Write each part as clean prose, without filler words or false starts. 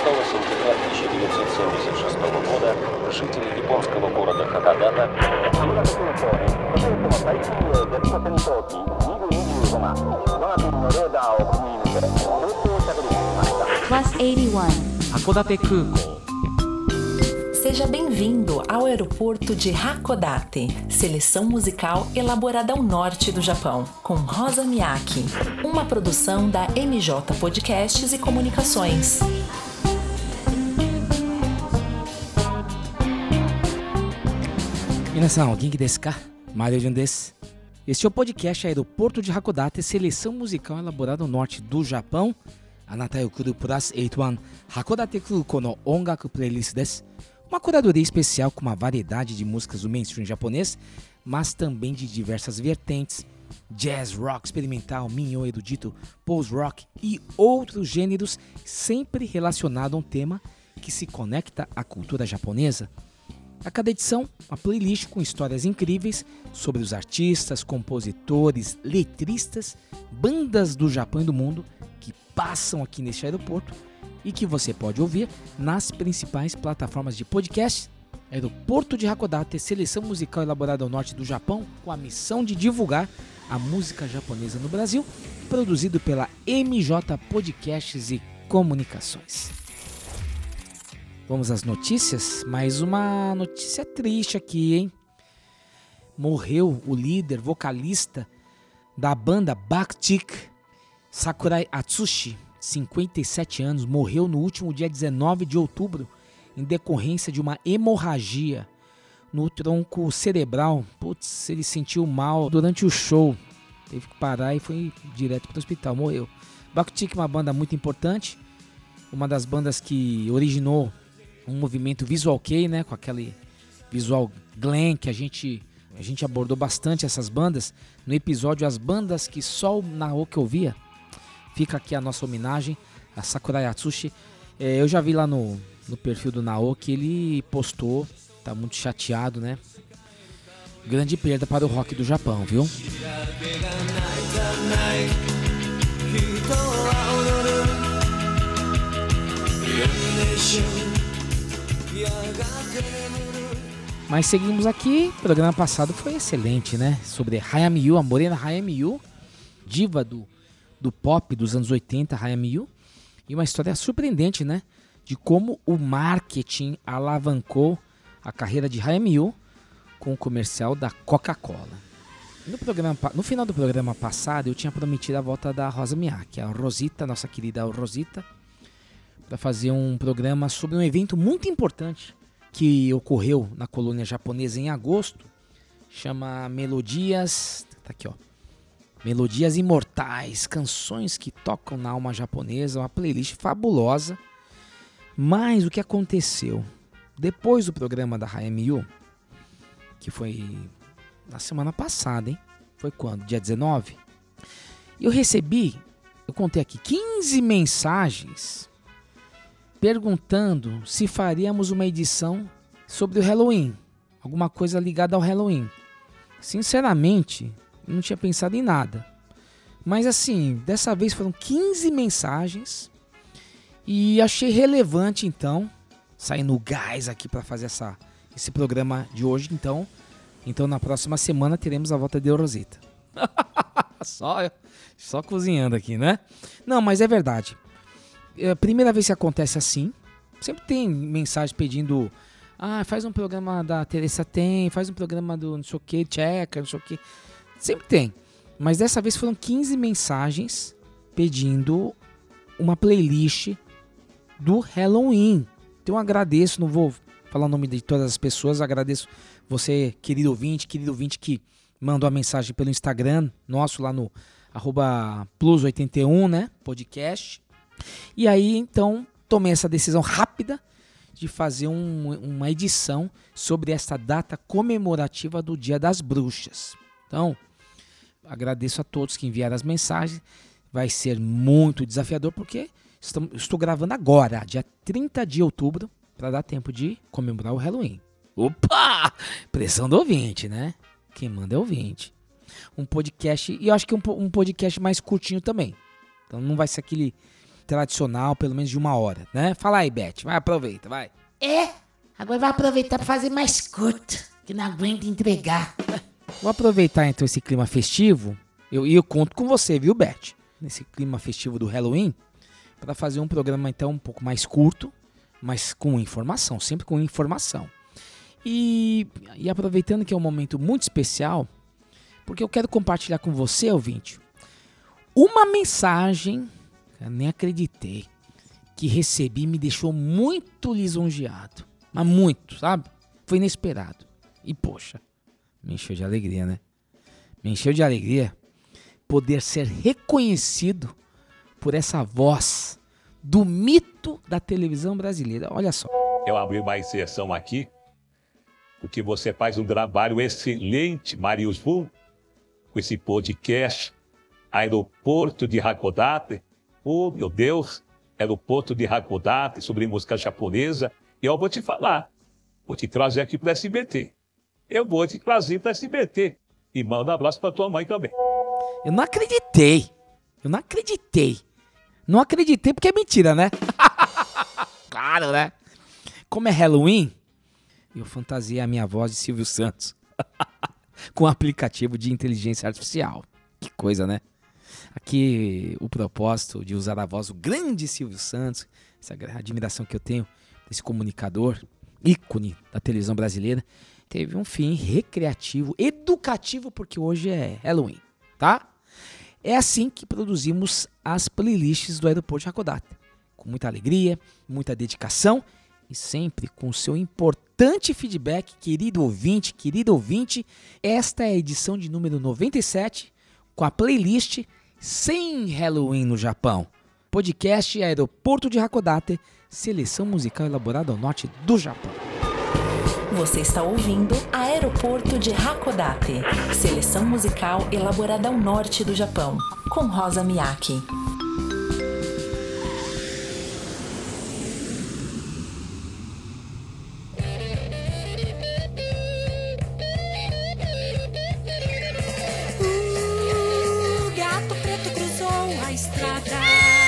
сентября 1976 года жители японского города Хакодате Plus 81 Hakodate Kukou. Seja bem-vindo ao aeroporto de Hakodate, seleção musical elaborada ao norte do Japão, com Rosa Miyake, uma produção da MJ Podcasts e Comunicações. Minasan, o genki desu ka? Mario Jun desu. Este é o podcast Aeroporto de Hakodate, seleção musical elaborada ao norte do Japão. Anata yo kuru Plus 81 Hakodate Kukou no ongaku playlist desu. Uma curadoria especial com uma variedade de músicas do mainstream japonês, mas também de diversas vertentes, jazz, rock experimental, minho, erudito, post-rock e outros gêneros, sempre relacionado a um tema que se conecta à cultura japonesa. A cada edição, uma playlist com histórias incríveis sobre os artistas, compositores, letristas, bandas do Japão e do mundo que passam aqui neste aeroporto e que você pode ouvir nas principais plataformas de podcast. Aeroporto de Hakodate, seleção musical elaborada ao norte do Japão com a missão de divulgar a música japonesa no Brasil, produzido pela MJ Podcasts e Comunicações. Vamos às notícias? Mais uma notícia triste aqui, hein? Morreu o líder, vocalista da banda Backtick, Sakurai Atsushi, 57 anos, morreu no último dia 19 de outubro em decorrência de uma hemorragia no tronco cerebral. Putz, ele sentiu mal durante o show, teve que parar e foi direto para o hospital, morreu. Backtick é uma banda muito importante, uma das bandas que originou um movimento visual kei, né, com aquele visual glam que a gente abordou bastante essas bandas no episódio As Bandas que só o Naoki ouvia. Fica aqui a nossa homenagem a Sakurai Atsushi. Eu já vi lá no perfil do Naoki, ele postou, tá muito chateado, né? Grande perda para o rock do Japão, viu? Mas seguimos aqui, o programa passado foi excelente, né? Sobre Hayami Yu, a morena Hayami Yu, diva do pop dos anos 80, Hayami Yu, e uma história surpreendente, né, de como o marketing alavancou a carreira de Hayami Yu com o comercial da Coca-Cola. No final do programa passado, eu tinha prometido a volta da Rosa Miyake, a Rosita, nossa querida Rosita, para fazer um programa sobre um evento muito importante que ocorreu na colônia japonesa em agosto, chama Melodias, tá aqui ó, Melodias Imortais, canções que tocam na alma japonesa, uma playlist fabulosa. Mas o que aconteceu? Depois do programa da Hayami Yu, que foi na semana passada, hein? Foi quando? Dia 19? Eu contei aqui 15 mensagens perguntando se faríamos uma edição sobre o Halloween, alguma coisa ligada ao Halloween. Sinceramente, não tinha pensado em nada. Mas assim, dessa vez foram 15 mensagens e achei relevante então sair no gás aqui para fazer esse programa de hoje. Então na próxima semana teremos a volta de Rosita. só cozinhando aqui, né? Não, mas é verdade. É a primeira vez que acontece assim. Sempre tem mensagem pedindo: faz um programa da Teresa Tem, faz um programa do não sei o que, Tcheca, não sei o que. Sempre tem, mas dessa vez foram 15 mensagens pedindo uma playlist do Halloween. Então eu agradeço, não vou falar o nome de todas as pessoas, agradeço você, querido ouvinte que mandou a mensagem pelo Instagram nosso lá no @plus81, né, podcast. E aí então tomei essa decisão rápida de fazer uma edição sobre esta data comemorativa do Dia das Bruxas. Então, agradeço a todos que enviaram as mensagens. Vai ser muito desafiador porque estou gravando agora, dia 30 de outubro, para dar tempo de comemorar o Halloween. Opa! Pressão do ouvinte, né? Quem manda é o ouvinte. Um podcast, e eu acho que um podcast mais curtinho também. Então não vai ser tradicional, pelo menos de 1 hora, né? Fala aí, Beth, vai, aproveita, vai. Agora vai aproveitar pra fazer mais curto, que não aguento entregar. Vou aproveitar então esse clima festivo, eu conto com você, viu, Beth? Nesse clima festivo do Halloween, para fazer um programa então um pouco mais curto, mas com informação, sempre com informação. E aproveitando que é um momento muito especial, porque eu quero compartilhar com você, ouvinte, uma mensagem, eu nem acreditei, que recebi e me deixou muito lisonjeado. Mas muito, sabe? Foi inesperado. E poxa, me encheu de alegria, né? Me encheu de alegria poder ser reconhecido por essa voz do mito da televisão brasileira. Olha só. Eu abri uma exceção aqui, porque você faz um trabalho excelente, Mariusbu, com esse podcast, Aeroporto de Hakodate. Oh, meu Deus, Aeroporto de Hakodate, sobre música japonesa. E eu vou te falar, vou te trazer aqui para o SBT. Eu vou te trazer para o SBT. E manda um abraço para tua mãe também. Eu não acreditei. Não acreditei porque é mentira, né? Claro, né? Como é Halloween, eu fantasiei a minha voz de Silvio Santos. Com um aplicativo de inteligência artificial. Que coisa, né? Aqui o propósito de usar a voz do grande Silvio Santos, essa admiração que eu tenho desse comunicador, ícone da televisão brasileira, teve um fim recreativo, educativo, porque hoje é Halloween, tá? É assim que produzimos as playlists do Aeroporto de Hakodate. Com muita alegria, muita dedicação e sempre com o seu importante feedback, querido ouvinte. Esta é a edição de número 97 com a playlist Sem Halloween no Japão. Podcast Aeroporto de Hakodate, seleção musical elaborada ao norte do Japão. Você está ouvindo Aeroporto de Hakodate, seleção musical elaborada ao norte do Japão, com Rosa Miyake. O gato preto cruzou a estrada,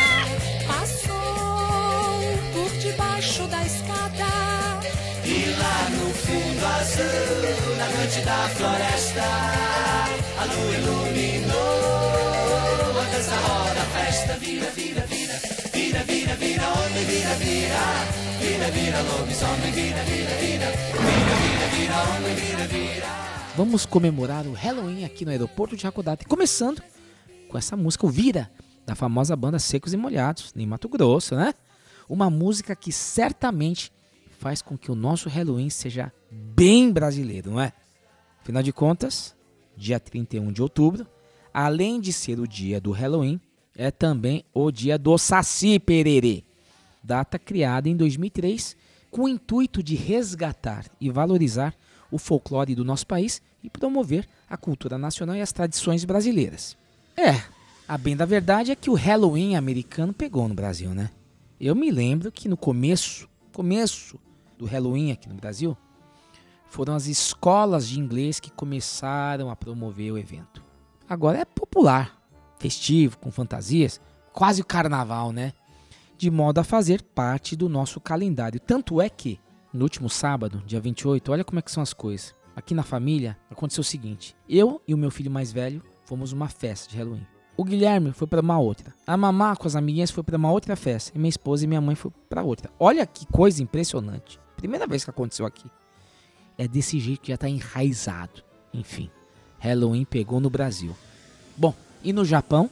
passou por debaixo da escada. E lá no fundo azul, na noite da floresta, a lua iluminou a dança, roda, a festa. Vira, vira, vira, vira, vira, vira, homem, vira, vira, vira, vira, lobisomem, vira, vira, vira, vira, vira, vira, homem, vira, vira. Vamos comemorar o Halloween aqui no Aeroporto de Hakodate, começando com essa música, o Vira, da famosa banda Secos e Molhados, em Mato Grosso, né? Uma música que certamente faz com que o nosso Halloween seja bem brasileiro, não é? Afinal de contas, dia 31 de outubro, além de ser o dia do Halloween, é também o dia do Saci Pererê, data criada em 2003 com o intuito de resgatar e valorizar o folclore do nosso país e promover a cultura nacional e as tradições brasileiras. A bem da verdade é que o Halloween americano pegou no Brasil, né? Eu me lembro que no começo do Halloween aqui no Brasil, foram as escolas de inglês que começaram a promover o evento. Agora é popular, festivo, com fantasias, quase o carnaval, né? De modo a fazer parte do nosso calendário. Tanto é que, no último sábado, dia 28, olha como é que são as coisas. Aqui na família, aconteceu o seguinte. Eu e o meu filho mais velho fomos numa festa de Halloween. O Guilherme foi para uma outra. A mamá com as amiguinhas foi para uma outra festa. E minha esposa e minha mãe foi para outra. Olha que coisa impressionante. Primeira vez que aconteceu aqui. É desse jeito que já está enraizado. Enfim, Halloween pegou no Brasil. Bom, e no Japão?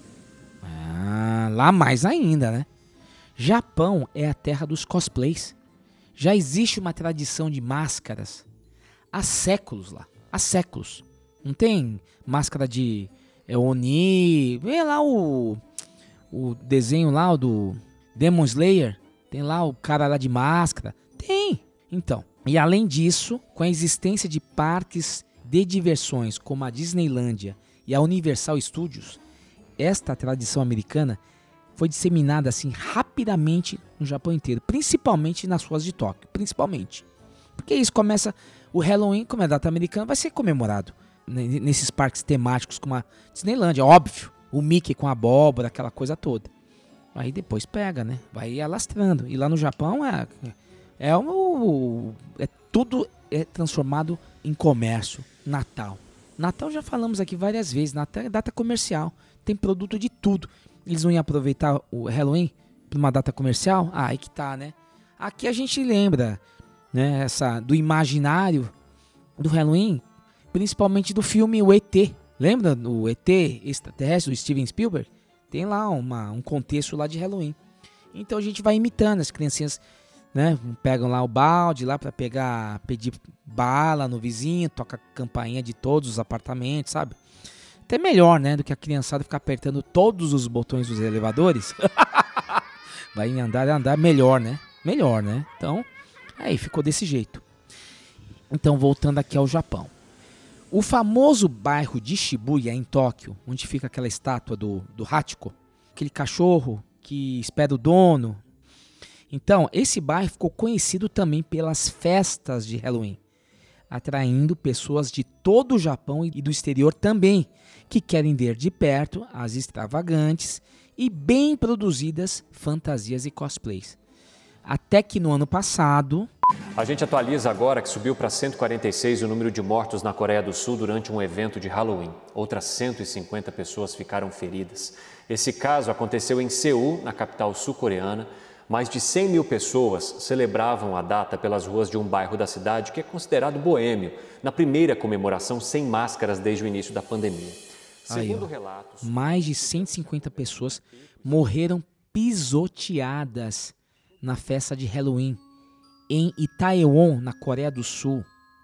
Lá mais ainda, né? Japão é a terra dos cosplays. Já existe uma tradição de máscaras há séculos lá. Há séculos. Não tem máscara de Oni. Vê lá o desenho lá do Demon Slayer. Tem lá o cara lá de máscara. Tem. Então, e além disso, com a existência de parques de diversões como a Disneylândia e a Universal Studios, esta tradição americana foi disseminada assim rapidamente no Japão inteiro, principalmente nas ruas de Tóquio, principalmente. Porque isso começa, o Halloween, como é data americana, vai ser comemorado nesses parques temáticos como a Disneylândia, óbvio, o Mickey com a abóbora, aquela coisa toda. Aí depois pega, né? Vai alastrando. E lá no Japão tudo é transformado em comércio. Natal. Natal já falamos aqui várias vezes. Natal é data comercial. Tem produto de tudo. Eles vão aproveitar o Halloween para uma data comercial? Ah, aí que tá, né? Aqui a gente lembra, né, do imaginário do Halloween, principalmente do filme O E.T. Lembra do E.T. extraterrestre do Steven Spielberg? Tem lá um contexto lá de Halloween. Então a gente vai imitando, as criancinhas, né, pegam lá o balde lá para pedir bala no vizinho, toca a campainha de todos os apartamentos, sabe? Até melhor, né, do que a criançada ficar apertando todos os botões dos elevadores. Vai andar melhor, né? Melhor, né? Então, aí ficou desse jeito. Então, voltando aqui ao Japão. O famoso bairro de Shibuya, em Tóquio, onde fica aquela estátua do Hachiko, aquele cachorro que espera o dono. Então, esse bairro ficou conhecido também pelas festas de Halloween, atraindo pessoas de todo o Japão e do exterior também, que querem ver de perto as extravagantes e bem produzidas fantasias e cosplays. Até que no ano passado... A gente atualiza agora que subiu para 146 o número de mortos na Coreia do Sul durante um evento de Halloween. Outras 150 pessoas ficaram feridas. Esse caso aconteceu em Seul, na capital sul-coreana. Mais de 100 mil pessoas celebravam a data pelas ruas de um bairro da cidade que é considerado boêmio, na primeira comemoração sem máscaras desde o início da pandemia. Segundo relatos... Mais de 150 pessoas morreram pisoteadas na festa de Halloween em Itaewon, na Coreia do Sul,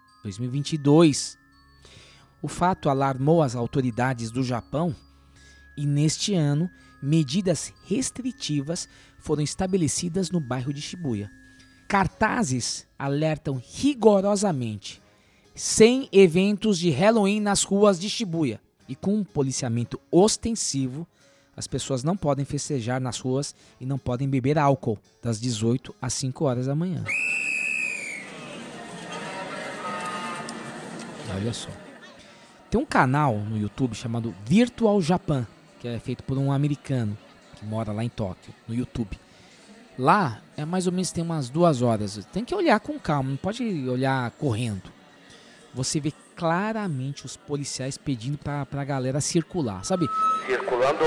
2022. O fato alarmou as autoridades do Japão e neste ano medidas restritivas foram estabelecidas no bairro de Shibuya. Cartazes alertam rigorosamente: sem eventos de Halloween nas ruas de Shibuya. E com um policiamento ostensivo, as pessoas não podem festejar nas ruas e não podem beber álcool das 18 às 5 horas da manhã. Olha só. Tem um canal no YouTube chamado Virtual Japan, que é feito por um americano que mora lá em Tóquio, no YouTube. Lá é mais ou menos, tem umas 2 horas. Tem que olhar com calma, não pode olhar correndo. Você vê claramente os policiais pedindo pra galera circular, sabe? Circulando.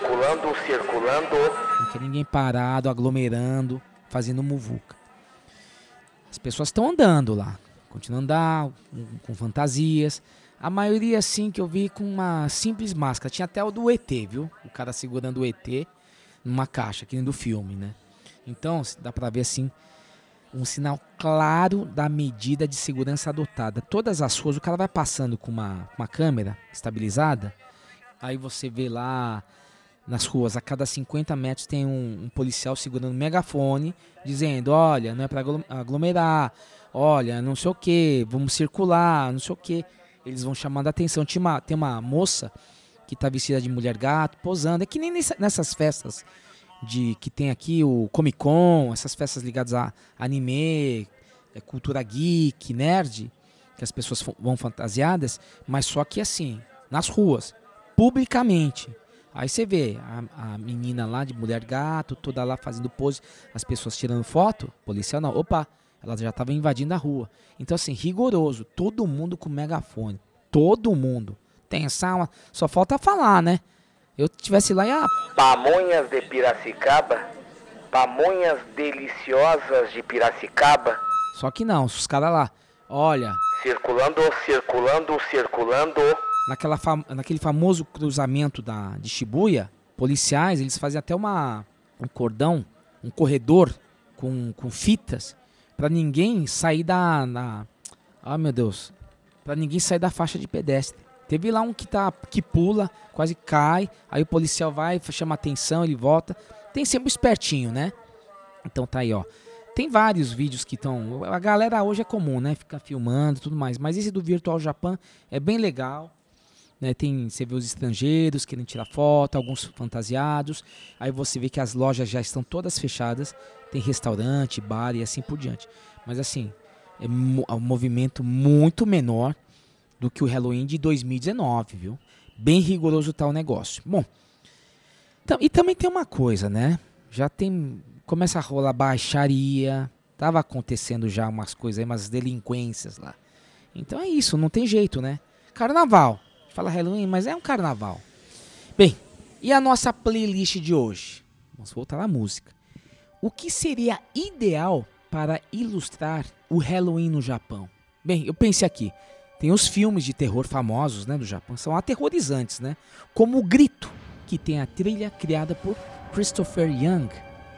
Não quer ninguém parado, aglomerando, fazendo muvuca. As pessoas estão andando lá, continuam andando com fantasias. A maioria, assim, que eu vi com uma simples máscara. Tinha até o do ET, viu? O cara segurando o ET numa caixa, que nem do filme, né? Então, dá pra ver, assim, um sinal claro da medida de segurança adotada. Todas as ruas, o cara vai passando com uma câmera estabilizada, aí você vê lá nas ruas, a cada 50 metros tem um policial segurando um megafone, dizendo: olha, não é para aglomerar, olha, não sei o que, vamos circular, não sei o que. Eles vão chamando a atenção. Tem uma moça que está vestida de mulher gato, posando. É que nem nessas festas que tem aqui, o Comic Con, essas festas ligadas a anime, cultura geek, nerd, que as pessoas vão fantasiadas, mas só que assim, nas ruas, publicamente. Aí você vê a menina lá de mulher gato, toda lá fazendo pose, as pessoas tirando foto, policial não, opa, ela já estava invadindo a rua. Então assim, rigoroso, todo mundo com megafone, todo mundo. Tem essa, só falta falar, né? Eu tivesse lá e pamonhas de Piracicaba, pamonhas deliciosas de Piracicaba. Só que não, os caras lá, olha, circulando. Naquele famoso cruzamento de Shibuya, policiais, eles fazem até um cordão, um corredor com fitas, para ninguém sair meu Deus, para ninguém sair da faixa de pedestre. Teve lá um que pula, quase cai, aí o policial vai, chama atenção, ele volta. Tem sempre espertinho, né? Então tá aí, ó. Tem vários vídeos que estão... A galera hoje é comum, né? Fica filmando e tudo mais. Mas esse do Virtual Japan é bem legal. Né? Você vê os estrangeiros querendo tirar foto, alguns fantasiados. Aí você vê que as lojas já estão todas fechadas. Tem restaurante, bar e assim por diante. Mas assim, é um movimento muito menor do que o Halloween de 2019, viu? Bem rigoroso tá o negócio. Bom, e também tem uma coisa, né? já começa a rolar baixaria, tava acontecendo já umas coisas aí, umas delinquências lá. Então é isso, não tem jeito, né? Carnaval. Fala Halloween, mas é um carnaval. Bem, e a nossa playlist de hoje? Vamos voltar à música. O que seria ideal para ilustrar o Halloween no Japão? Bem, eu pensei aqui. Tem os filmes de terror famosos, né, do Japão. São aterrorizantes, né? Como o Grito, que tem a trilha criada por Christopher Young.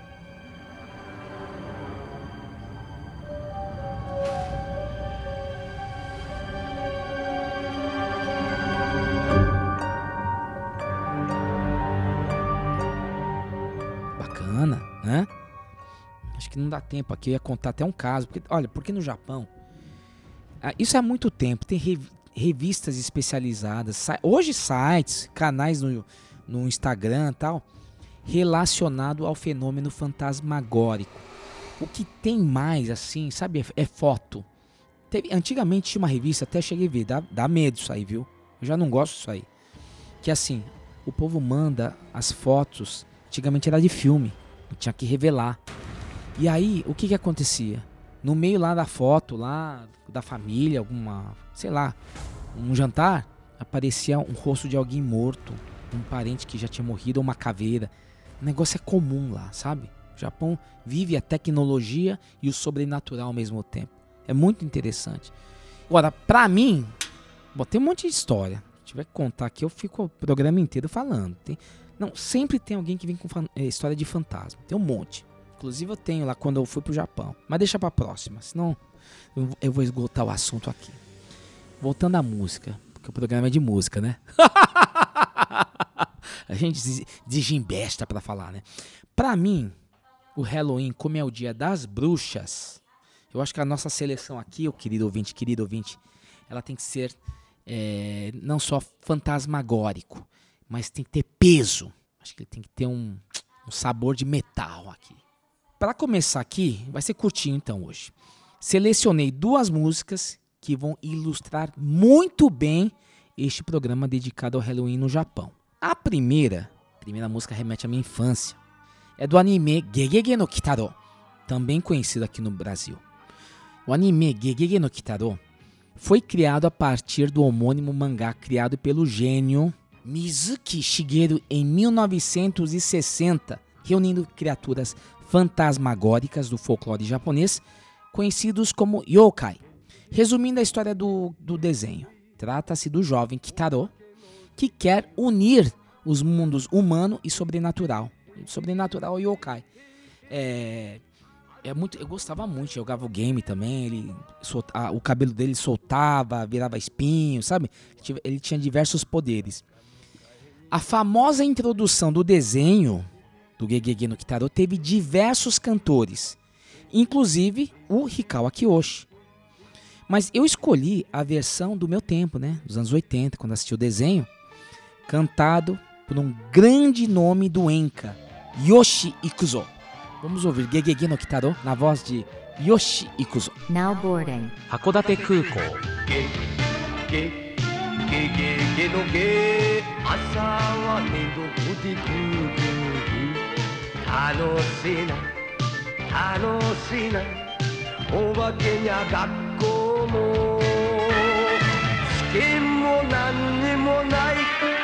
Bacana, né? Acho que não dá tempo aqui, eu ia contar até um caso. Porque no Japão, isso há muito tempo, tem revistas especializadas, hoje sites, canais no Instagram e tal, relacionado ao fenômeno fantasmagórico. O que tem mais, assim, sabe, é foto. Antigamente tinha uma revista, até cheguei a ver, dá medo isso aí, viu? Eu já não gosto disso aí. Que assim, o povo manda as fotos, antigamente era de filme, tinha que revelar. E aí, o que acontecia? No meio lá da foto, lá da família, sei lá, um jantar, aparecia um rosto de alguém morto, um parente que já tinha morrido, ou uma caveira. O negócio é comum lá, sabe? O Japão vive a tecnologia e o sobrenatural ao mesmo tempo. É muito interessante. Agora, pra mim, tem um monte de história. Se tiver que contar aqui, eu fico o programa inteiro falando. Sempre tem alguém que vem com história de fantasma. Tem um monte. Inclusive eu tenho lá quando eu fui pro Japão. Mas deixa pra próxima, senão eu vou esgotar o assunto aqui. Voltando à música, porque o programa é de música, né? A gente degimbesta pra falar, né? Pra mim, o Halloween, como é o dia das bruxas, eu acho que a nossa seleção aqui, querido ouvinte, ela tem que ser não só fantasmagórico, mas tem que ter peso. Acho que ele tem que ter um sabor de metal aqui. Para começar aqui, vai ser curtinho então hoje. Selecionei 2 músicas que vão ilustrar muito bem este programa dedicado ao Halloween no Japão. A primeira música remete à minha infância. É do anime Gegege no Kitaro, também conhecido aqui no Brasil. O anime Gegege no Kitaro foi criado a partir do homônimo mangá criado pelo gênio Mizuki Shigeru em 1960, reunindo criaturas fantasmagóricas do folclore japonês, conhecidos como yokai. Resumindo a história do desenho, trata-se do jovem Kitaro, que quer unir os mundos humano e sobrenatural. Sobrenatural e yokai. Eu gostava muito, jogava o game também, o cabelo dele soltava, virava espinho, sabe? Ele tinha diversos poderes. A famosa introdução do desenho do Gegege no Kitaro teve diversos cantores, inclusive o Hikawa Kiyoshi. Mas eu escolhi a versão do meu tempo, né? Dos anos 80, quando assisti o desenho, cantado por um grande nome do Enka, Yoshi Ikuzo. Vamos ouvir Gegege no Kitaro na voz de Yoshi Ikuzo. Now boarding. Hakodate Kukou. Gegege no ge, asa wa nendo de kuku. Tanosina, obake ni gakkou mo. Suken mo nanni mo nai.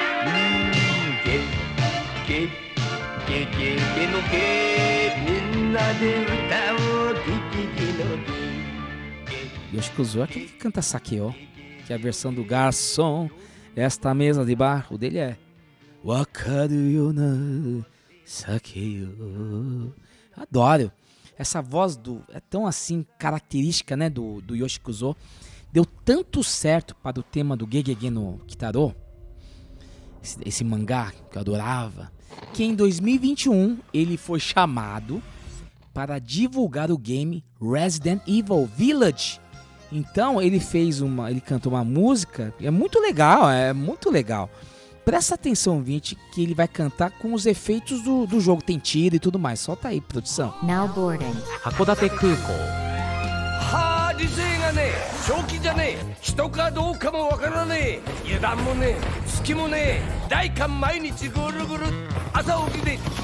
Gegege no ge, minna de utau Gegege no ge. Yoshi Ikuzo é aquele que canta Sakeo, que é a versão do garçom. Esta mesa de bar, o dele é Wakaru yona Sakeo. Adoro. Essa voz é tão assim característica, né, do Yoshi Ikuzo. Deu tanto certo para o tema do Gegege no Kitaro, esse mangá que eu adorava, que em 2021 ele foi chamado para divulgar o game Resident Evil Village. Então ele cantou uma música, é muito legal. Presta atenção, ouvinte, que ele vai cantar com os efeitos do jogo, tem tiro e tudo mais. Solta aí, produção. Now boarding. Hakodate Kukou. 理性がねえ正気じゃねえ人かどうかもわからねえ油断もねえ隙もねえ代官毎日ぐるぐる朝起きで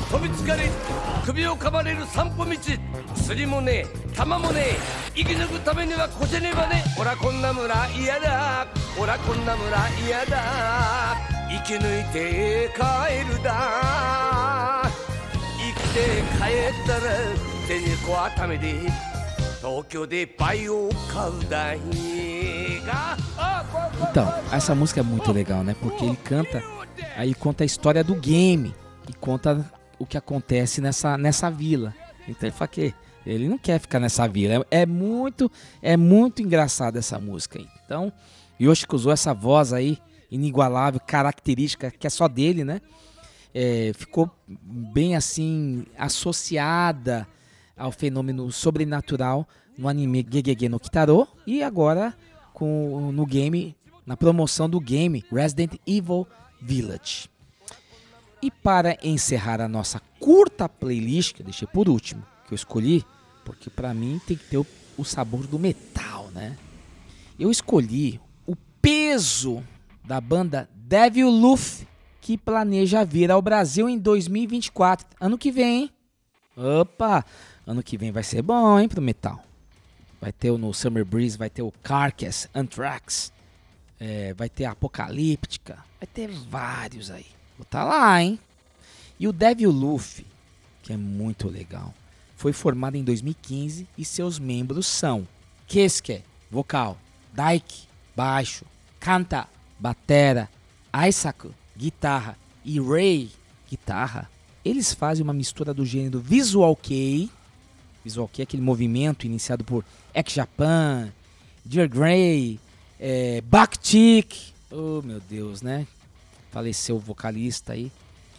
飛びつかれ首を噛まれる散歩道釣りもねえ玉もねえ生き抜くためにはこせねばねほらこんな村嫌だほらこんな村嫌だ生き抜いて帰るだ生きて帰ったら手にこあためで東京で倍を買うだいが Então, essa música é muito legal, né? Porque ele canta, aí conta a história do game e conta o que acontece nessa vila. Então ele fala que ele não quer ficar nessa vila. É muito engraçada essa música aí. Então, Yoshiko usou essa voz aí, inigualável, característica, que é só dele, né? Ficou bem assim, associada ao fenômeno sobrenatural no anime Gegege no Kitaro e agora no game, na promoção do game Resident Evil Village. E para encerrar a nossa curta playlist, que eu deixei por último, que eu escolhi, porque para mim tem que ter o sabor do metal, né? Eu escolhi o peso da banda Devil Luffy, que planeja vir ao Brasil em 2024, ano que vem, hein? Opa, ano que vem vai ser bom, hein, pro metal. Vai ter no Summer Breeze, vai ter o Carcass, Anthrax, vai ter a Apocalíptica, vai ter vários aí. Vou tá lá, hein? E o Devil Luffy, que é muito legal, foi formado em 2015 e seus membros são Keisuke, vocal, Daiki, baixo, Kanta, batera, Aisaku, guitarra e Ray, guitarra. Eles fazem uma mistura do gênero Visual Kei. Visual Kei é aquele movimento iniciado por X-Japan, Dear Grey, Backtick. Oh, meu Deus, né? Faleceu o vocalista aí.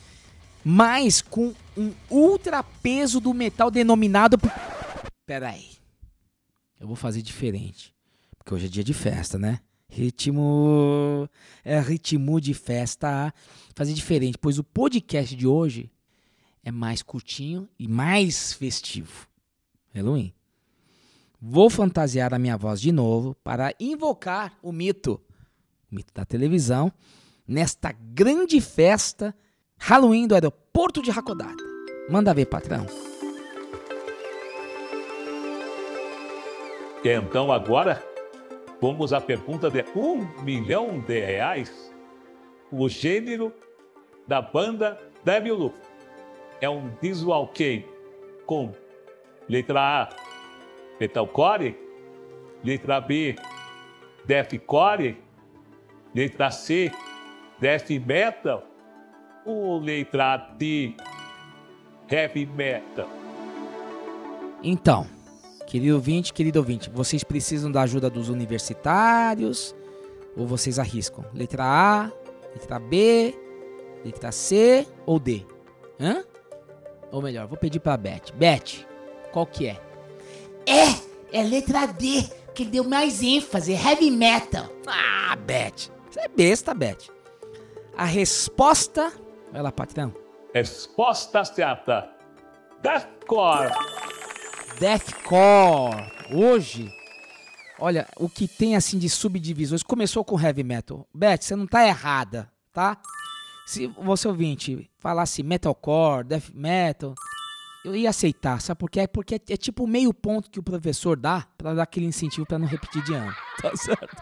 Mas com um ultra peso do metal denominado... Pera aí. Eu vou fazer diferente. Porque hoje é dia de festa, né? Ritmo de festa. Fazer diferente, pois o podcast de hoje é mais curtinho e mais festivo. Halloween. Vou fantasiar a minha voz de novo para invocar o mito da televisão, nesta grande festa Halloween do aeroporto de Hakodate. Manda ver, patrão. Então agora, vamos à pergunta de R$1 milhão. O gênero da banda Devil Luffy é um visual kei com letra A, metalcore, letra B, deathcore, letra C, death metal ou letra D, heavy metal? Então, querido ouvinte, vocês precisam da ajuda dos universitários ou vocês arriscam? Letra A, letra B, letra C ou D? Hã? Ou melhor, vou pedir pra Beth. Beth, qual que é? É letra D, que deu mais ênfase, heavy metal. Ah, Beth, você é besta, Beth. A resposta... Vai lá, patrão. Resposta certa. Deathcore. Deathcore. Hoje, olha, o que tem assim de subdivisões, começou com heavy metal. Beth, você não tá errada, tá? Se você ouvinte falasse metalcore, death metal, eu ia aceitar, sabe por quê? Porque é tipo meio ponto que o professor dá pra dar aquele incentivo pra não repetir de ano, tá certo?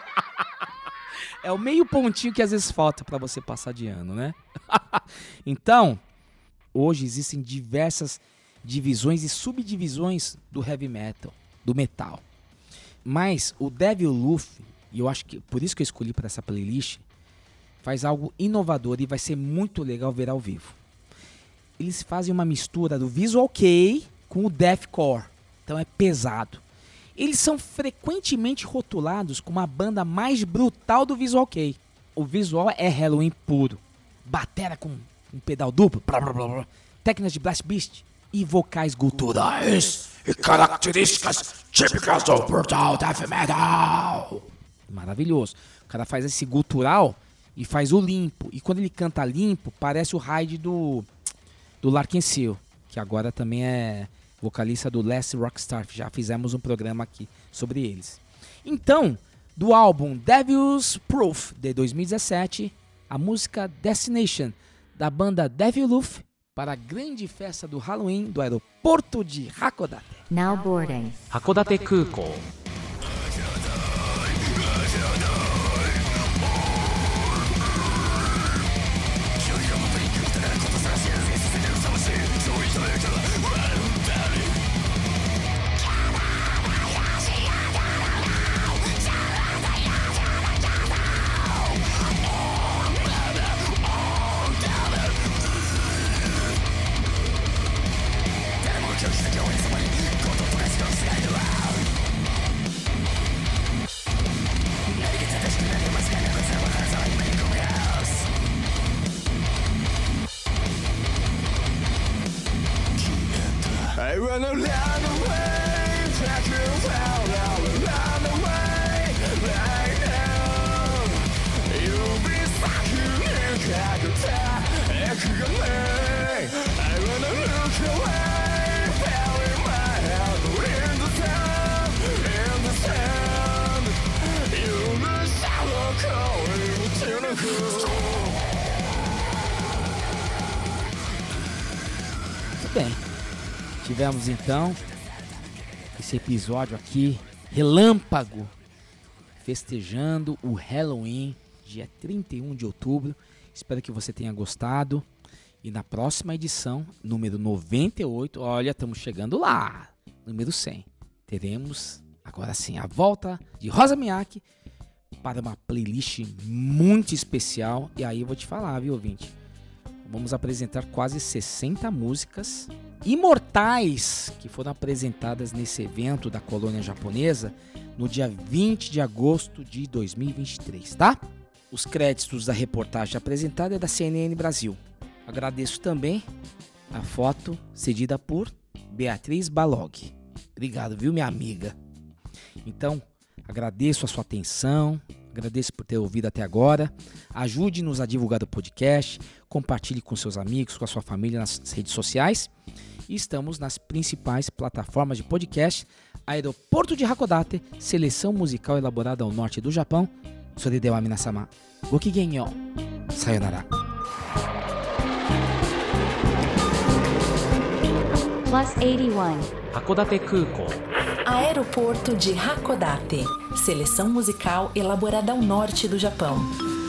É o meio pontinho que às vezes falta pra você passar de ano, né? Então, hoje existem diversas divisões e subdivisões do heavy metal, do metal. Mas o Devil Luffy, e eu acho que por isso que eu escolhi para essa playlist, faz algo inovador e vai ser muito legal ver ao vivo. Eles fazem uma mistura do Visual Kei com o Deathcore, então é pesado. Eles são frequentemente rotulados como a banda mais brutal do Visual Kei. O visual é Halloween puro. Batera com um pedal duplo, blá, blá, blá, blá. Técnicas de blast beast e vocais guturais e características típicas do brutal death metal. Maravilhoso. O cara faz esse gutural e faz o limpo. E quando ele canta limpo, parece o Hyde do Larkin Seal, que agora também é vocalista do Last Rockstar. Já fizemos um programa aqui sobre eles. Então, do álbum Devil's Proof, de 2017, a música Destination, da banda Devil Luffy, para a grande festa do Halloween do aeroporto de Hakodate. Now boarding. 函館空港 Muito bem, tivemos então esse episódio aqui, relâmpago, festejando o Halloween, dia 31 de outubro. Espero que você tenha gostado. E na próxima edição, número 98, olha, estamos chegando lá, número 100. Teremos, agora sim, a volta de Rosa Miyake para uma playlist muito especial. E aí eu vou te falar, viu, ouvinte? Vamos apresentar quase 60 músicas imortais que foram apresentadas nesse evento da colônia japonesa no dia 20 de agosto de 2023, tá? Os créditos da reportagem apresentada é da CNN Brasil. Agradeço também a foto cedida por Beatriz Balog. Obrigado, viu, minha amiga? Então, agradeço a sua atenção, agradeço por ter ouvido até agora. Ajude-nos a divulgar o podcast, compartilhe com seus amigos, com a sua família nas redes sociais. E estamos nas principais plataformas de podcast. Aeroporto de Hakodate, seleção musical elaborada ao norte do Japão. Soredewa minasama, gokigen yo, sayonara. Plus 81. 函館空港 Aeroporto de Hakodate, seleção musical elaborada ao norte do Japão.